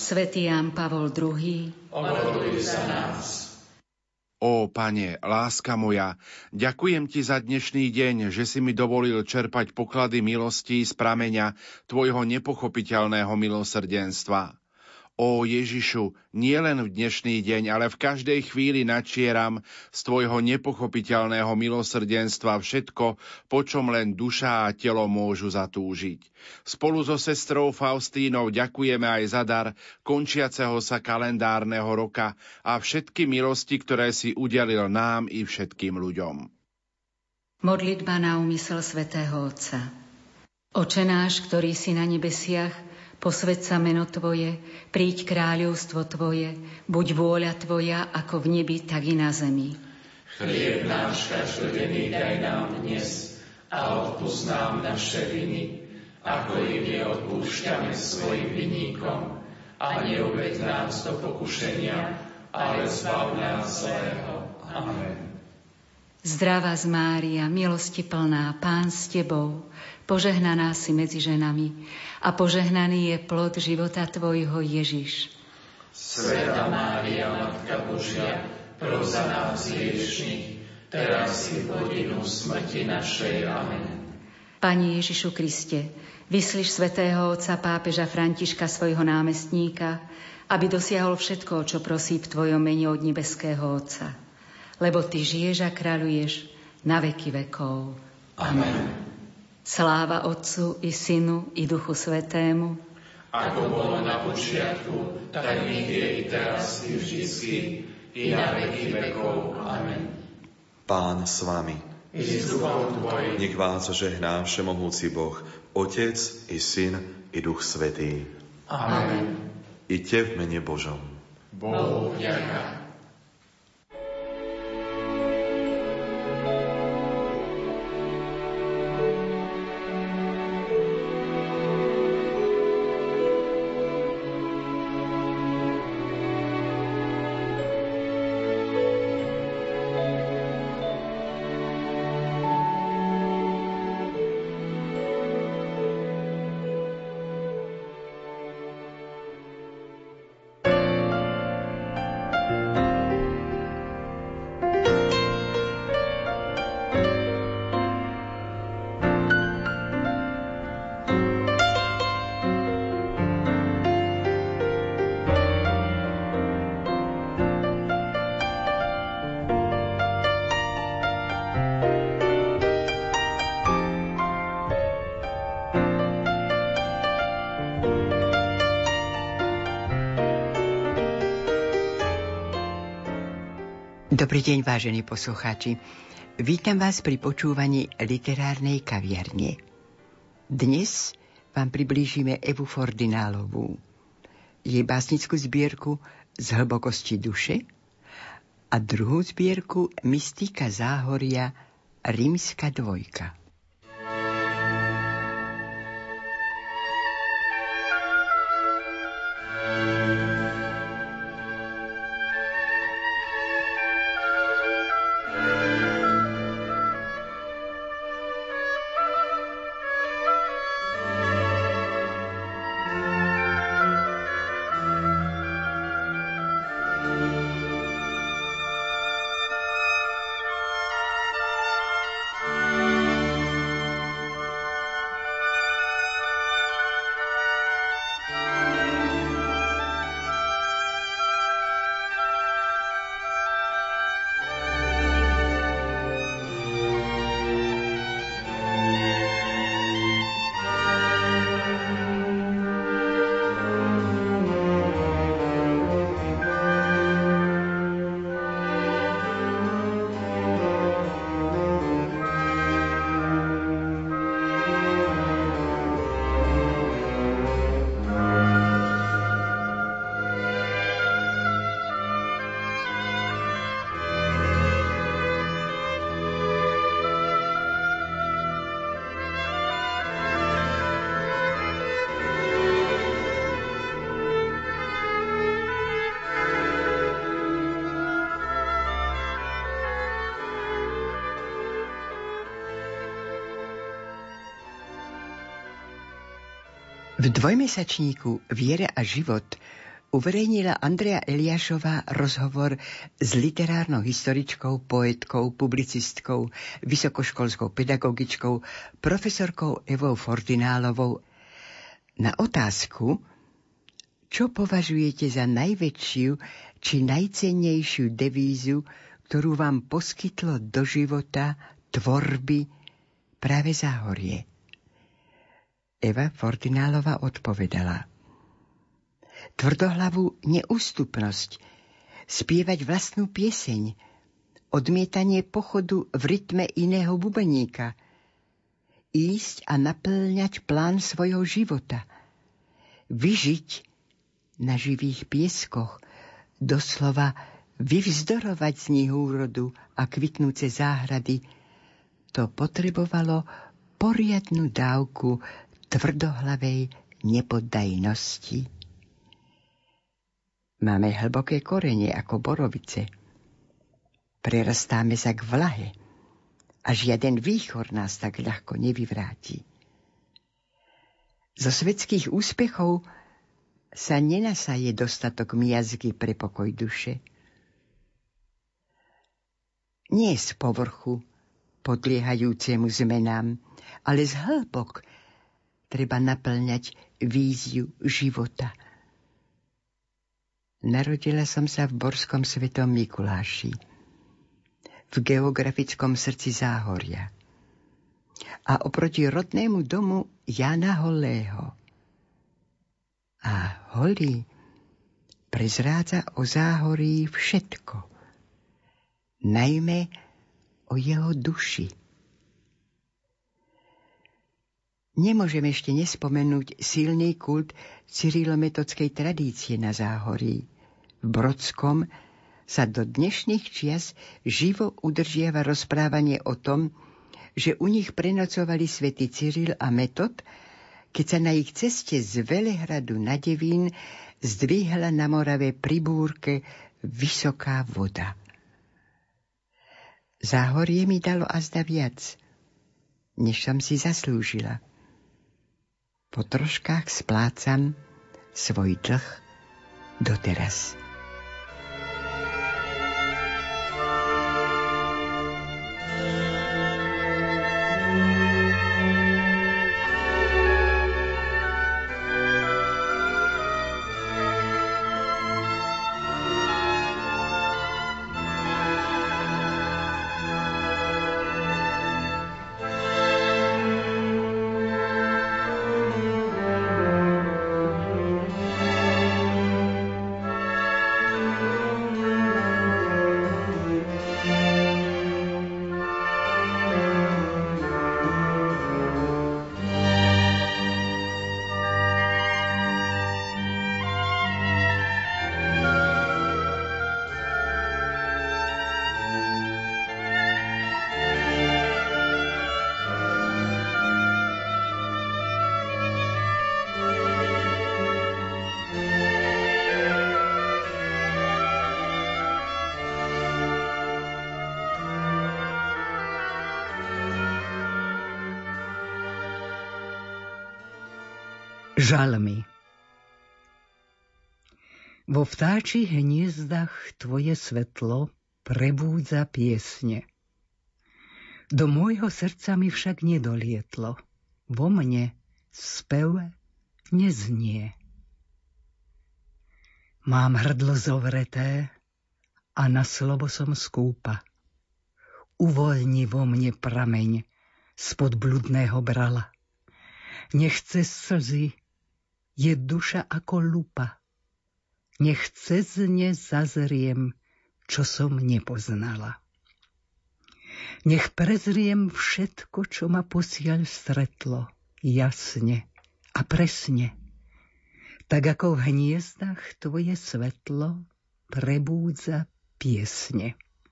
Svätý Ján Pavol II, oroduj za nás. Ó, Pane, láska moja, ďakujem Ti za dnešný deň, že si mi dovolil čerpať poklady milostí z prameňa Tvojho nepochopiteľného milosrdenstva. Ó Ježišu, nielen v dnešný deň, ale v každej chvíli načieram z Tvojho nepochopiteľného milosrdenstva všetko, po čom len duša a telo môžu zatúžiť. Spolu so sestrou Faustínou ďakujeme aj za dar končiaceho sa kalendárneho roka a všetky milosti, ktoré si udelil nám i všetkým ľuďom. Modlitba na úmysel svätého Otca. Oče náš, ktorý si na nebesiach, posväť sa meno Tvoje, príď kráľovstvo Tvoje, buď vôľa Tvoja, ako v nebi, tak i na zemi. Chlieb náš každodenný daj nám dnes a odpusť nám naše viny, ako i my odpúšťame svojim vinníkom. A neuveď nás do pokušenia, ale zbav nás zlého. Amen. Zdravá z Mária, milosti plná, Pán s Tebou, požehnaná si medzi ženami a požehnaný je plod života Tvojho, Ježiš. Svätá Mária, Matka Božia, pros za nás hriešnych, teraz i v hodinu smrti našej. Amen. Pane Ježišu Kriste, vyslíš svätého otca pápeža Františka, svojho námestníka, aby dosiahol všetko, čo prosí v Tvojom mene od nebeského Otca. Lebo Ty žiješ a kráľuješ na veky vekov. Amen. Sláva Otcu i Synu i Duchu Svätému, ako bolo na počiatku, tak nech je i teraz i vždycky, i na veky vekov. Amen. Pán s vami. I s duchom Tvojim. Nech vás žehná všemohúci Boh, Otec i Syn i Duch Svätý. Amen. Iďte v mene Božom. Bohu vďaka. Dobrý deň, vážení poslucháči. Vítam vás pri počúvaní literárnej kaviarne. Dnes vám priblížime Evu Fordynálovú, jej básnickú zbierku Z hlbokosti duše a druhú zbierku Mystika záhoria Rímska dvojka. V dvojmesačníku Viera a život uverejnila Andrea Eliášová rozhovor s literárnou historičkou, poetkou, publicistkou, vysokoškolskou pedagogičkou, profesorkou Evou Fordinálovou na otázku, čo považujete za najväčšiu či najcennejšiu devízu, ktorú vám poskytlo do života, tvorby práve Záhorie. Eva Fordinálová odpovedala: tvrdohlavú neústupnosť, spievať vlastnú pieseň, odmietanie pochodu v rytme iného bubeníka, ísť a naplňať plán svojho života, vyžiť na živých pieskoch, doslova vyvzdorovať z nich úrodu a kvitnúce záhrady, to potrebovalo poriadnu dávku tvrdohlavej nepoddajnosti. Máme hlboké korene ako borovice. Prerastáme sa k vlahe a žiaden výchor nás tak ľahko nevyvráti. Zo svetských úspechov sa nenasaje dostatok miazgy pre pokoj duše. Nie z povrchu podliehajúcemu zmenám, ale z hĺbok treba naplňať víziu života. Narodila som sa v Borskom Svetom Mikuláši, v geografickom srdci Záhoria a oproti rodnému domu Jána Holého. A Holý prezrádza o Záhorí všetko, najmä o jeho duši. Nemôžem ešte nespomenúť silný kult cyrilometodskej tradície na Záhorí. V Brodskom sa do dnešných čias živo udržiava rozprávanie o tom, že u nich prenocovali svätý Cyril a Metod, keď sa na ich ceste z Velehradu na Devín zdvihla na Morave pri búrke vysoká voda. Záhorie mi dalo azda viac, než som si zaslúžila. Po troškách splácam svoj dlh doteraz. Žalmy. Vo vtáčich hniezdach tvoje svetlo prebúdza piesne. Do môjho srdca mi však nedolietlo, vo mne spev neznie. Mám hrdlo zovreté a na slovo som skúpa. Uvoľni vo mne prameň spod bludného brala. Nech cez slzy je duša ako lupa. Nech cez ne zazriem, čo som nepoznala. Nech prezriem všetko, čo ma posiaľ stretlo, jasne a presne. Tak ako v hniezdach tvoje svetlo prebúdza piesne.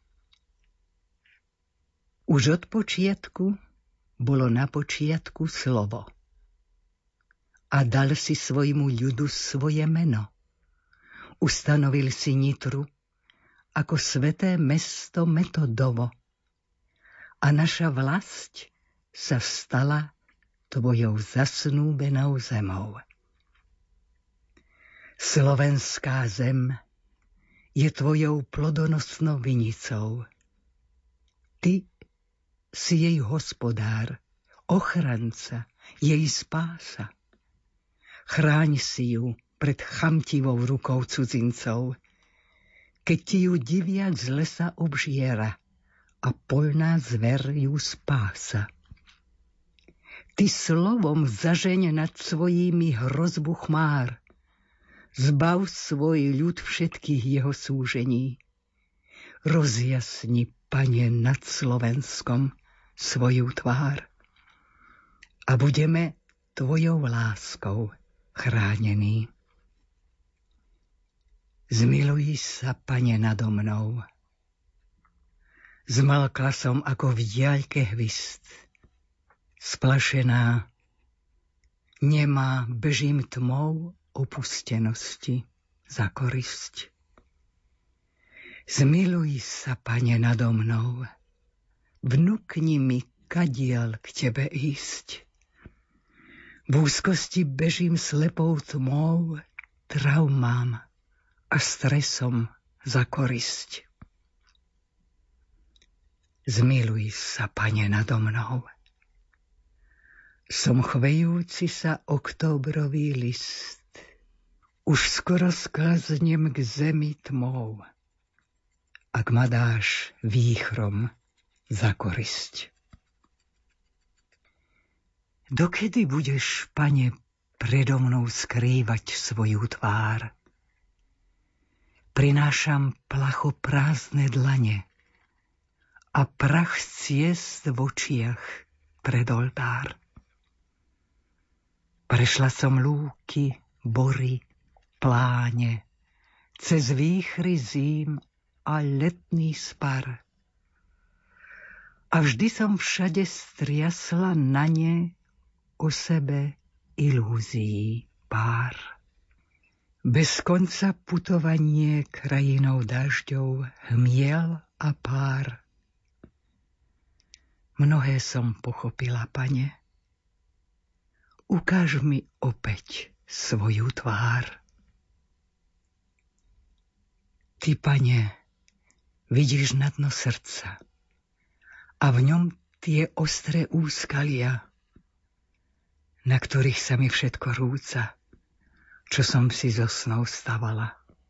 Už od počiatku bolo na počiatku slovo. A dal si svojmu ľudu svoje meno. Ustanovil si Nitru ako sveté mesto Metodovo. A naša vlasť sa stala tvojou zasnúbenou zemou. Slovenská zem je tvojou plodonosnou vinicou. Ty si jej hospodár, ochranca, jej spása. Chráň si ju pred chamtivou rukou cudzincov, keď ti ju diviak z lesa obžiera a poľná zver ju spása. Ty slovom zažeň nad svojimi hrozbu chmár, zbav svoj ľud všetkých jeho súžení. Rozjasni, Pane, nad Slovenskom svoju tvár a budeme tvojou láskou chránení. Zmiluj sa, Pane, nado mnou. Zmlkla som ako v diaľke hvist. Splašená, nemá, bežím tmou opustenosti za korisť. Zmiluj sa, Pane, nado mnou. Vnúkni mi, kadiaľ k tebe ísť. V úzkosti bežím slepou tmou, traumám a stresom za korisť. Zmiluj sa, Pane, nado mnou. Som chvejúci sa októbrový list. Už skoro sklznem k zemi tmou, ak ma dáš víchrom za korisť. Dokedy budeš, Pane, predo mnou skrývať svoju tvár? Prinášam plachoprázdne dlane a prach z ciest v očiach pred oltár. Prešla som lúky, bory, pláne, cez výchry zím a letný spar. A vždy som všade striasla na ne o sebe ilúzií pár. Bez konca putovanie krajinou dažďov, hmiel a pár. Mnohé som pochopila, Pane. Ukáž mi opäť svoju tvár. Ty, Pane, vidíš na dno srdca a v ňom tie ostré úskalia, na ktorých sa mi všetko rúca, čo som si zo snov stavala.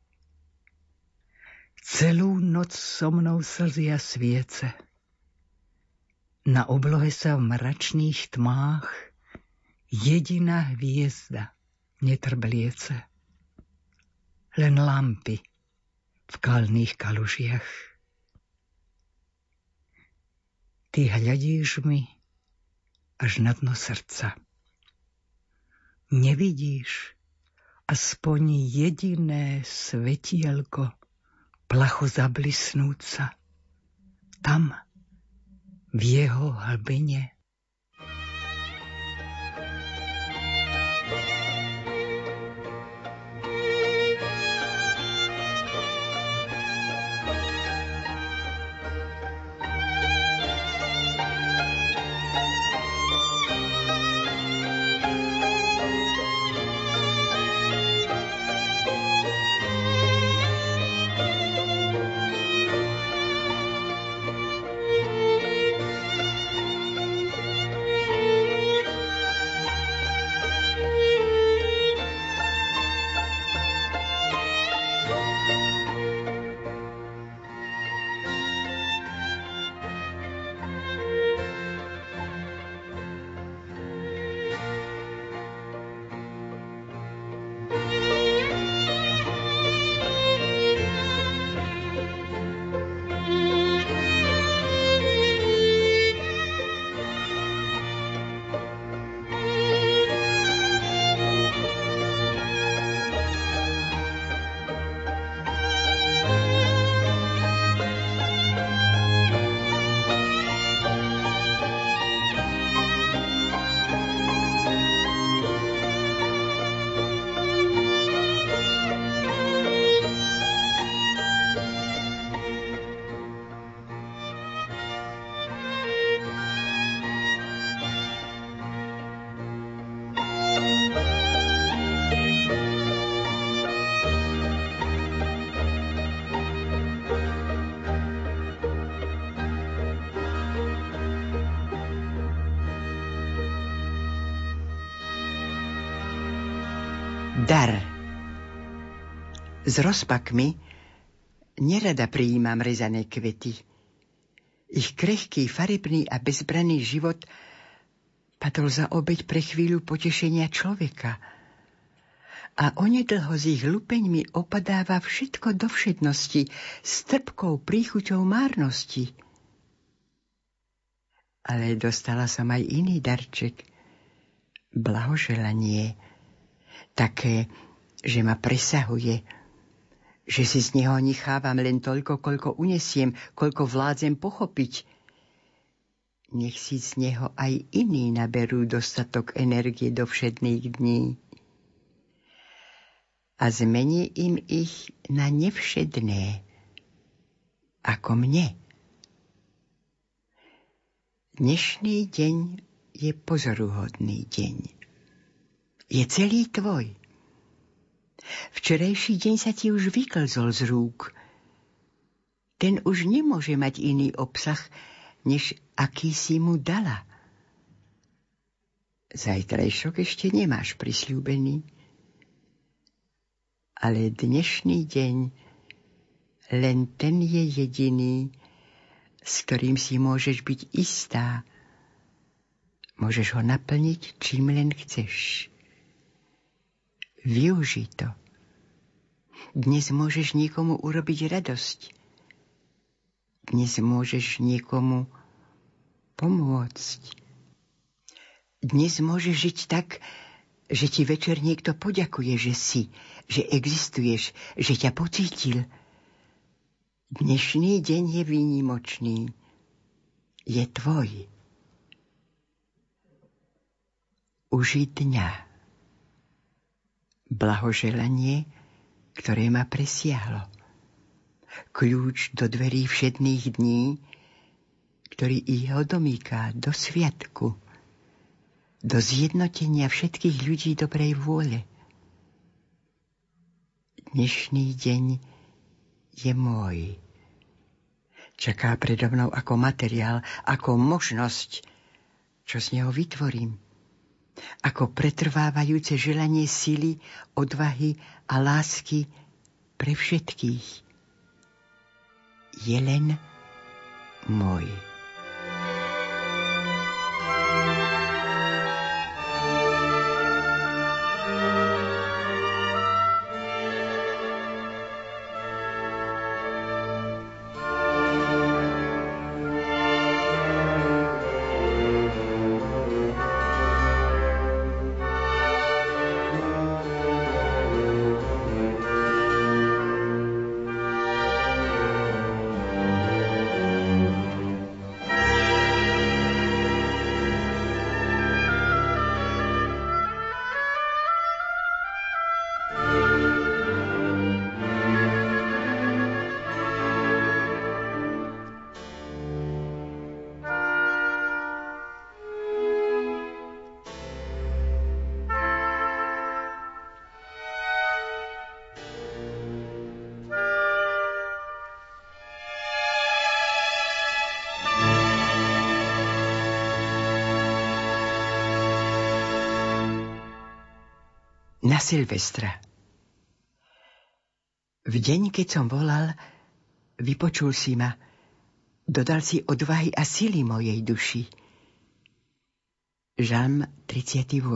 Celú noc so mnou slzia sviece, na oblohe sa v mračných tmách jediná hviezda netrbliece, len lampy v kalných kalužiach. Ty hľadíš mi až na dno srdca. Nevidíš aspoň jediné svetielko placho zablisnúca tam, v jeho hlbine. Dar. S rozpakmi nerada prijímam rezané kvety. Ich krehký, farebný a bezbranný život padol za obeť pre chvíľu potešenia človeka. A onedlho s ich lupeňmi opadáva všetko do všednosti, s trpkou príchuťou márnosti. Ale dostala som aj iný darček. Blahoželanie. Také, že ma presahuje. Že si z neho nechávam len toľko, koľko unesiem, koľko vládzem pochopiť. Nech si z neho aj iní naberú dostatok energie do všedných dní. A zmení im ich na nevšedné, ako mne. Dnešný deň je pozoruhodný deň. Je celý tvoj. Včerajší deň sa ti už vyklzol z rúk. Ten už nemôže mať iný obsah, než aký si mu dala. Zajtrajšok ešte nemáš prisľúbený. Ale dnešný deň, len ten je jediný, s ktorým si môžeš byť istá. Môžeš ho naplniť, čím len chceš. Využij to. Dnes môžeš niekomu urobiť radosť. Dnes môžeš niekomu pomôcť. Dnes môžeš žiť tak, že ti večer niekto poďakuje, že si, že existuješ, že ťa pocítil. Dnešný deň je výnimočný. Je tvoj. Uži dňa. Blahoželanie, ktoré ma presiahlo. Kľúč do dverí všedných dní, ktorý ich odomýka do sviatku, do zjednotenia všetkých ľudí dobrej vôle. Dnešný deň je môj. Čaká predo mnou ako materiál, ako možnosť, čo z neho vytvorím. Ako pretrvávajúce želanie sily, odvahy a lásky pre všetkých. Je len môj. Na Silvestra. V deň, keď som volal, vypočul si ma, dodal si odvahy a sily mojej duši. Žalm 38.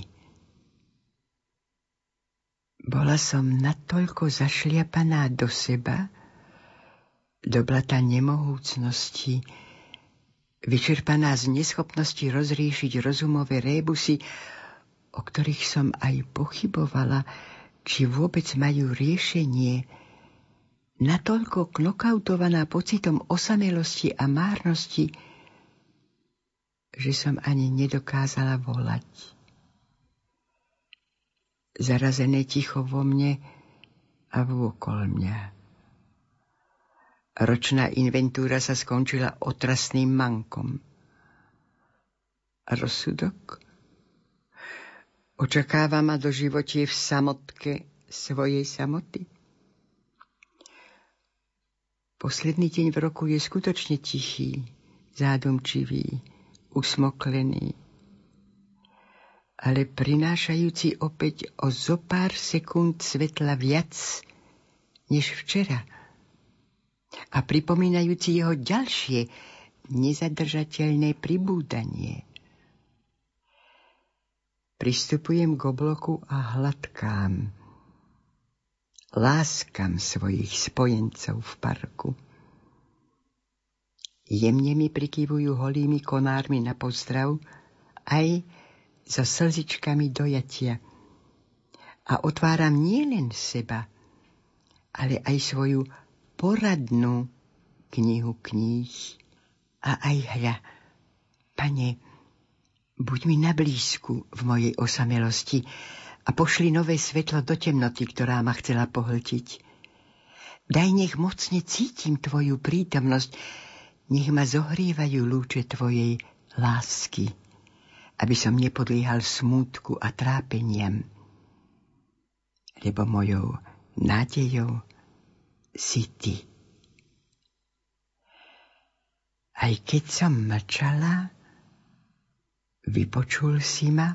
Bola som natoľko zašliapaná do seba, do blata nemohúcnosti, vyčerpaná z neschopnosti rozriešiť rozumové rébusy, o ktorých som aj pochybovala, či vôbec majú riešenie, natoľko knokautovaná pocitom osamelosti a márnosti, že som ani nedokázala volať. Zarazené ticho vo mne a vôkol mňa. Ročná inventúra sa skončila otrasným mankom. A rozsudok? Očakáva ma do životie v samotke svojej samoty. Posledný deň v roku je skutočne tichý, zádomčivý, usmoklený. ale prinášajúci opäť o zo pár sekúnd svetla viac než včera a pripomínajúci jeho ďalšie nezadržateľné pribúdanie. Pristupujem k obloku a hladkám, láskam svojich spojencov v parku. Jemne mi prikyvujú holými konármi na pozdrav, aj so slzičkami dojatia. A otváram nielen seba, ale aj svoju poradnú knihu kníh. A aj hľa, Pane, buď mi na blízku v mojej osamelosti a pošli nové svetlo do temnoty, ktorá ma chcela pohltiť. Daj, nech mocne cítim Tvoju prítomnosť, nech ma zohrievajú lúče Tvojej lásky, aby som nepodliehal smútku a trápeniam, lebo mojou nádejou si Ty. Aj keď som mlčala, vypočul si ma,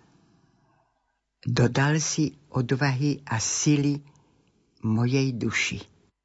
dodal si odvahy a sily mojej duši.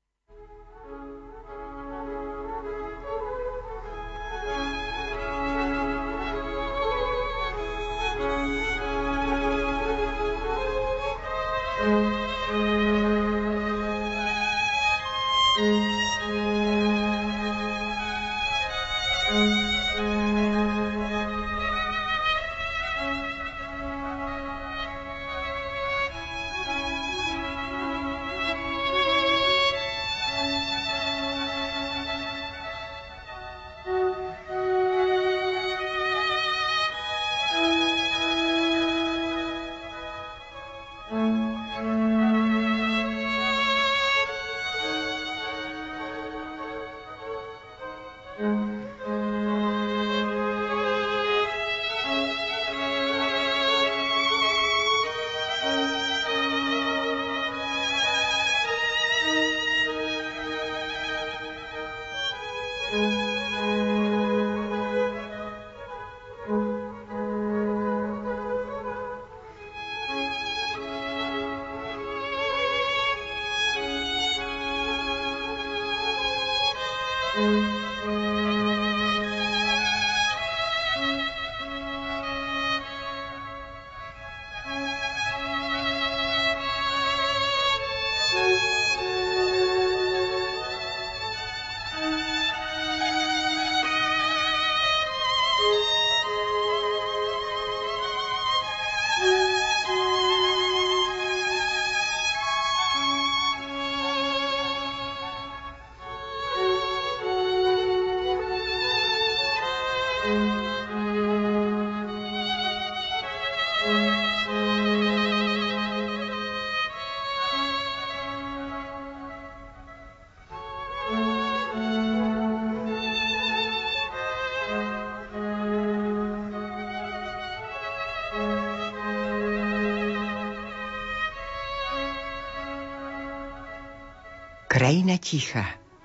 Krajina ticha.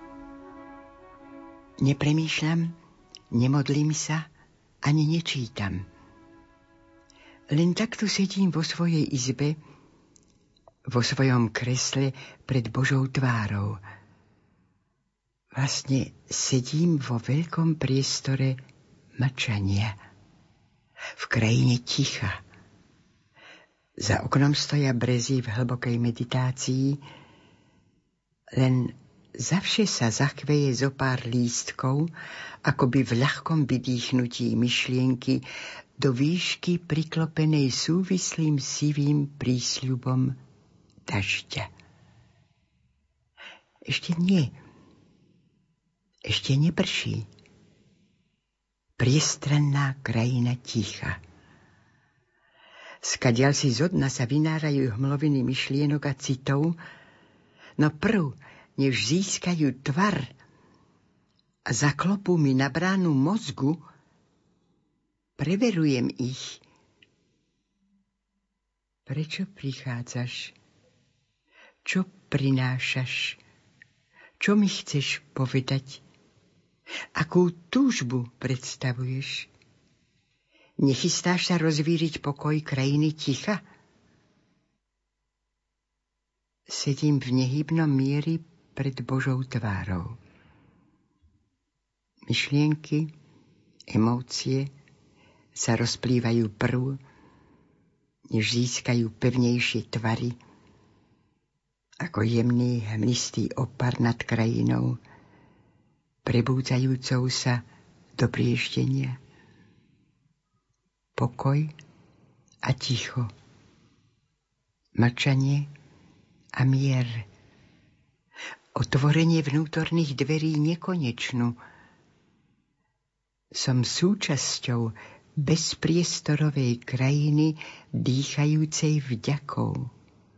Nepremýšľam, nemodlím sa, ani nečítam. Len takto sedím vo svojej izbe, vo svojom kresle pred Božou tvárou. Vlastne sedím vo veľkom priestore mlčania, v krajine ticha. Za oknom stoja brezy v hlbokej meditácii, len zavše sa zachveje zo pár lístkov, akoby v ľahkom vydýchnutí myšlienky do výšky priklopenej súvislým sivým prísľubom dažďa. Ešte nie. Ešte neprší. Priestranná krajina ticha. Skadiaľ si zo dna sa vynárajú hmloviny myšlienok a citov, no prv, než získajú tvar a zaklopú mi na bránu mozgu, preverujem ich. Prečo prichádzaš? Čo prinášaš? Čo mi chceš povedať? Akú túžbu predstavuješ? Nechystáš sa rozvíriť pokoj krajiny ticha? Sedím v nehybnom mieri pred Božou tvárou. Myšlienky, emócie sa rozplývajú prv, než získajú pevnejšie tvary, ako jemný hmlistý opar nad krajinou, prebúdzajúcou sa do prieštenia. Pokoj a ticho, mlčanie a mier, otvorenie vnútorných dverí nekonečnú. Som súčasťou bezpriestorovej krajiny dýchajúcej vďakou.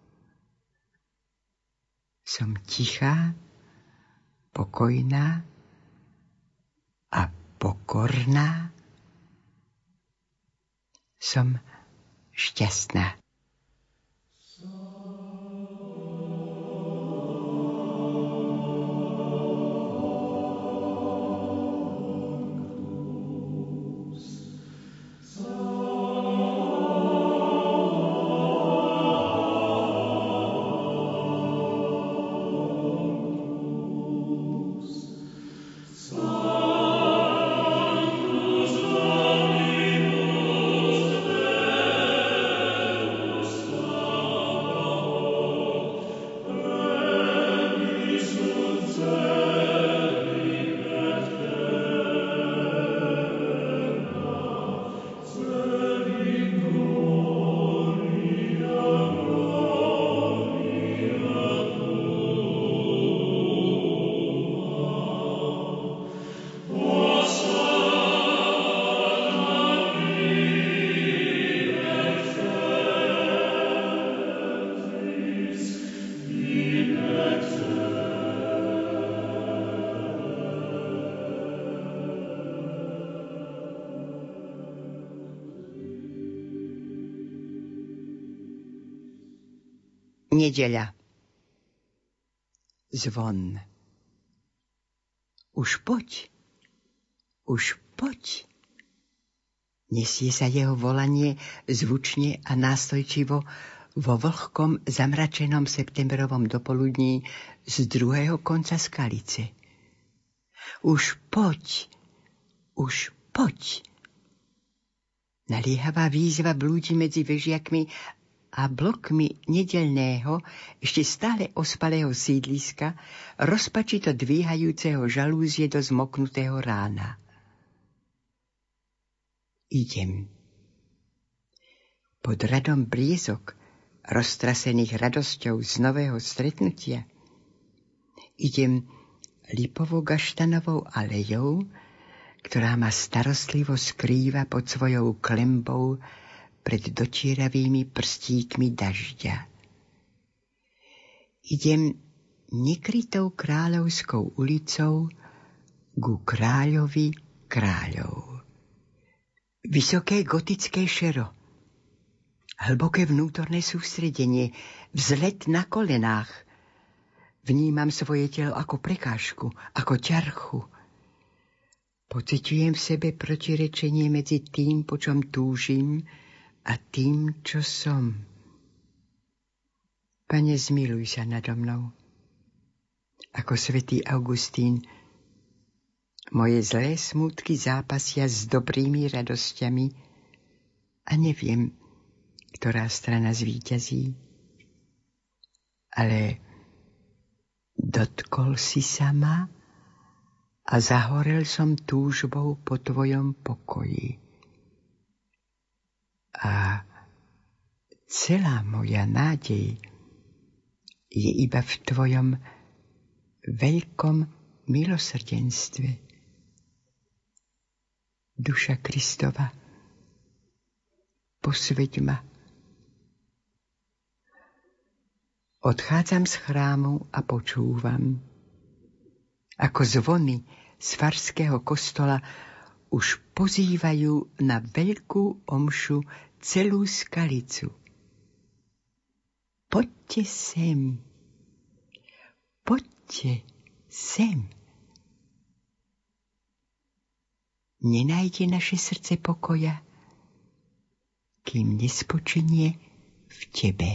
Som tichá, pokojná a pokorná. Som šťastná. Nedeľa. Zvon. Už poď. Už poď. Nesie sa jeho volanie zvučne a nástojčivo vo vlhkom zamračenom septembrovom dopoludní z druhého konca Skalice. Už poď. Už poď. Naliehavá výzva blúdi medzi vežiakmi a blokmi nedeľného, ešte stále ospalého sídliska, rozpačito dvíhajúceho žalúzie do zmoknutého rána. Idem. Pod radom briezok, roztrasených radosťou z nového stretnutia, idem lipovo-gaštanovou alejou, ktorá ma starostlivo skrýva pod svojou klembou pred dotieravými prstíkmi dažďa. Idem nekrytou kráľovskou ulicou ku kráľovi kráľov. Vysoké gotické šero, hlboké vnútorné sústredenie, vzlet na kolenách. Vnímam svoje telo ako prekážku, ako ťarchu. Pociťujem v sebe protirečenie medzi tým, po čom túžim, a tým, čo som. Pane, zmiluj sa nado mnou. Ako svätý Augustín, moje zlé smútky zápasia s dobrými radosťami a neviem, ktorá strana zvíťazí. Ale dotkol si sa ma a zahorel som túžbou po tvojom pokoji. A celá moja nádej je iba v tvojom veľkom milosrdenstve. Duša Kristova, posväť ma. Odchádzam z chrámu a počúvam, ako zvony z farského kostola už pozývajú na veľkú omšu celú Skalicu. Poďte sem, poďte sem. Nenájde naše srdce pokoja kým nespočinie v tebe.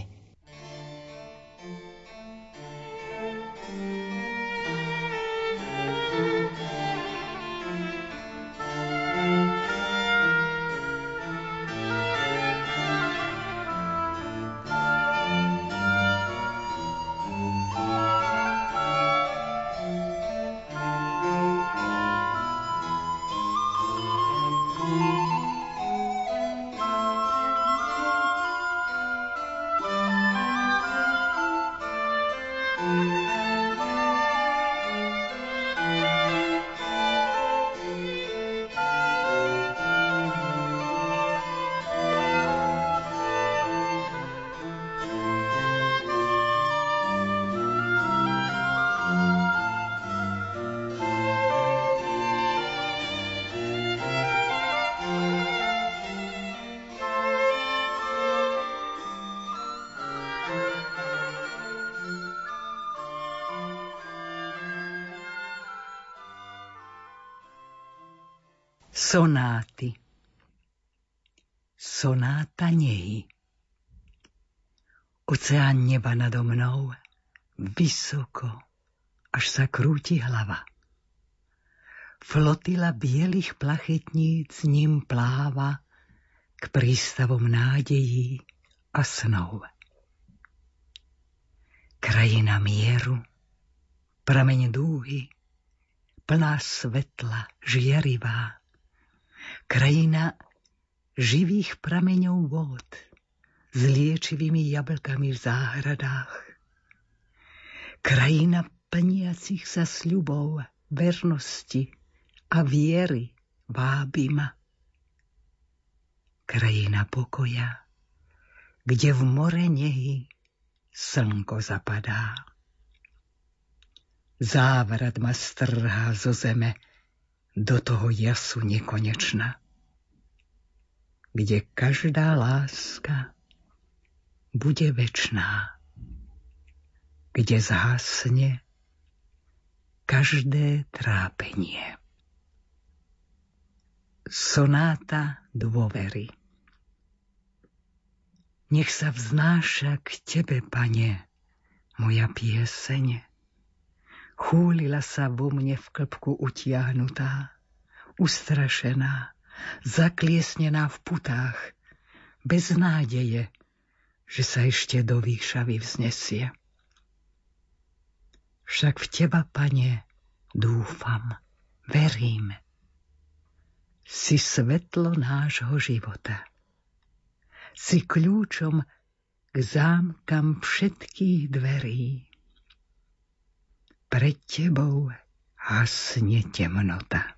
Sonáty. Sonáta nehy. Oceán neba nado mnou, vysoko, až sa krúti hlava. Flotila bielých plachetníc ním pláva k prístavom nádejí a snov. Krajina mieru, prameň dúhy, plná svetla, žiarivá. Krajina živých prameňov vôd s liečivými jablkami v záhradách. Krajina plniacich sa sľubov, vernosti a viery vábi ma. Krajina pokoja, kde v more nehy slnko zapadá. Závrat ma strhá zo zeme do toho jasu nekonečna, kde každá láska bude večná, kde zhasne každé trápenie. Sonáta dôvery. Nech sa vznáša k tebe, Pane, moja pieseň. Chúlila sa vo mne v klbku utiahnutá, ustrašená, zakliesnená v putách, bez nádeje, že sa ešte do výšavy vznesie. Však v teba, Pane, dúfam, verím. Si svetlo nášho života. Si kľúčom k zámkam všetkých dverí. Pred tebou hasne temnota.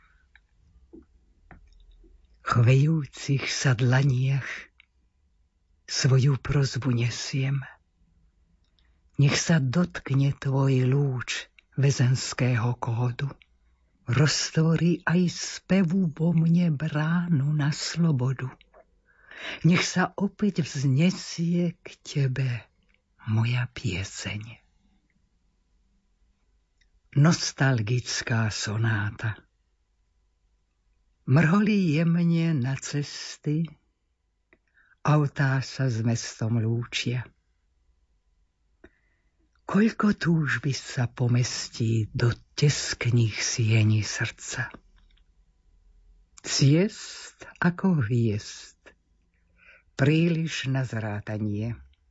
Chvejúcich sa dlaniach svoju prosbu nesiem. Nech sa dotkne tvoj lúč väzenského kódu. Roztvorí aj spevu vo mne bránu na slobodu. Nech sa opäť vznesie k tebe moja pieseň. Nostalgická sonáta. Mrholí jemne na cesty, autá sa s mestom lúčia. Koľko túžby sa pomestí do teskných siení srdca. Ciest ako hviezd, príliš na zrátanie.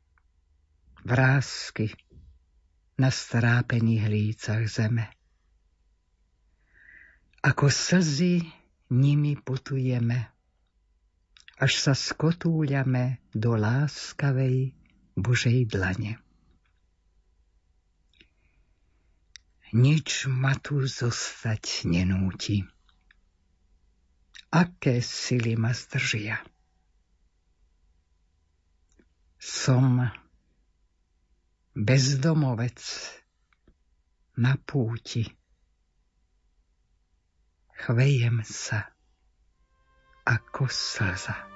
Vrásky na strápených lícach zeme. Ako slzy nimi putujeme, až sa skotúľame do láskavej Božej dlane. Nič ma tu zostať nenúti. Aké sily ma zdržia? Som bezdomovec na púti. Chvejem sa ako slza.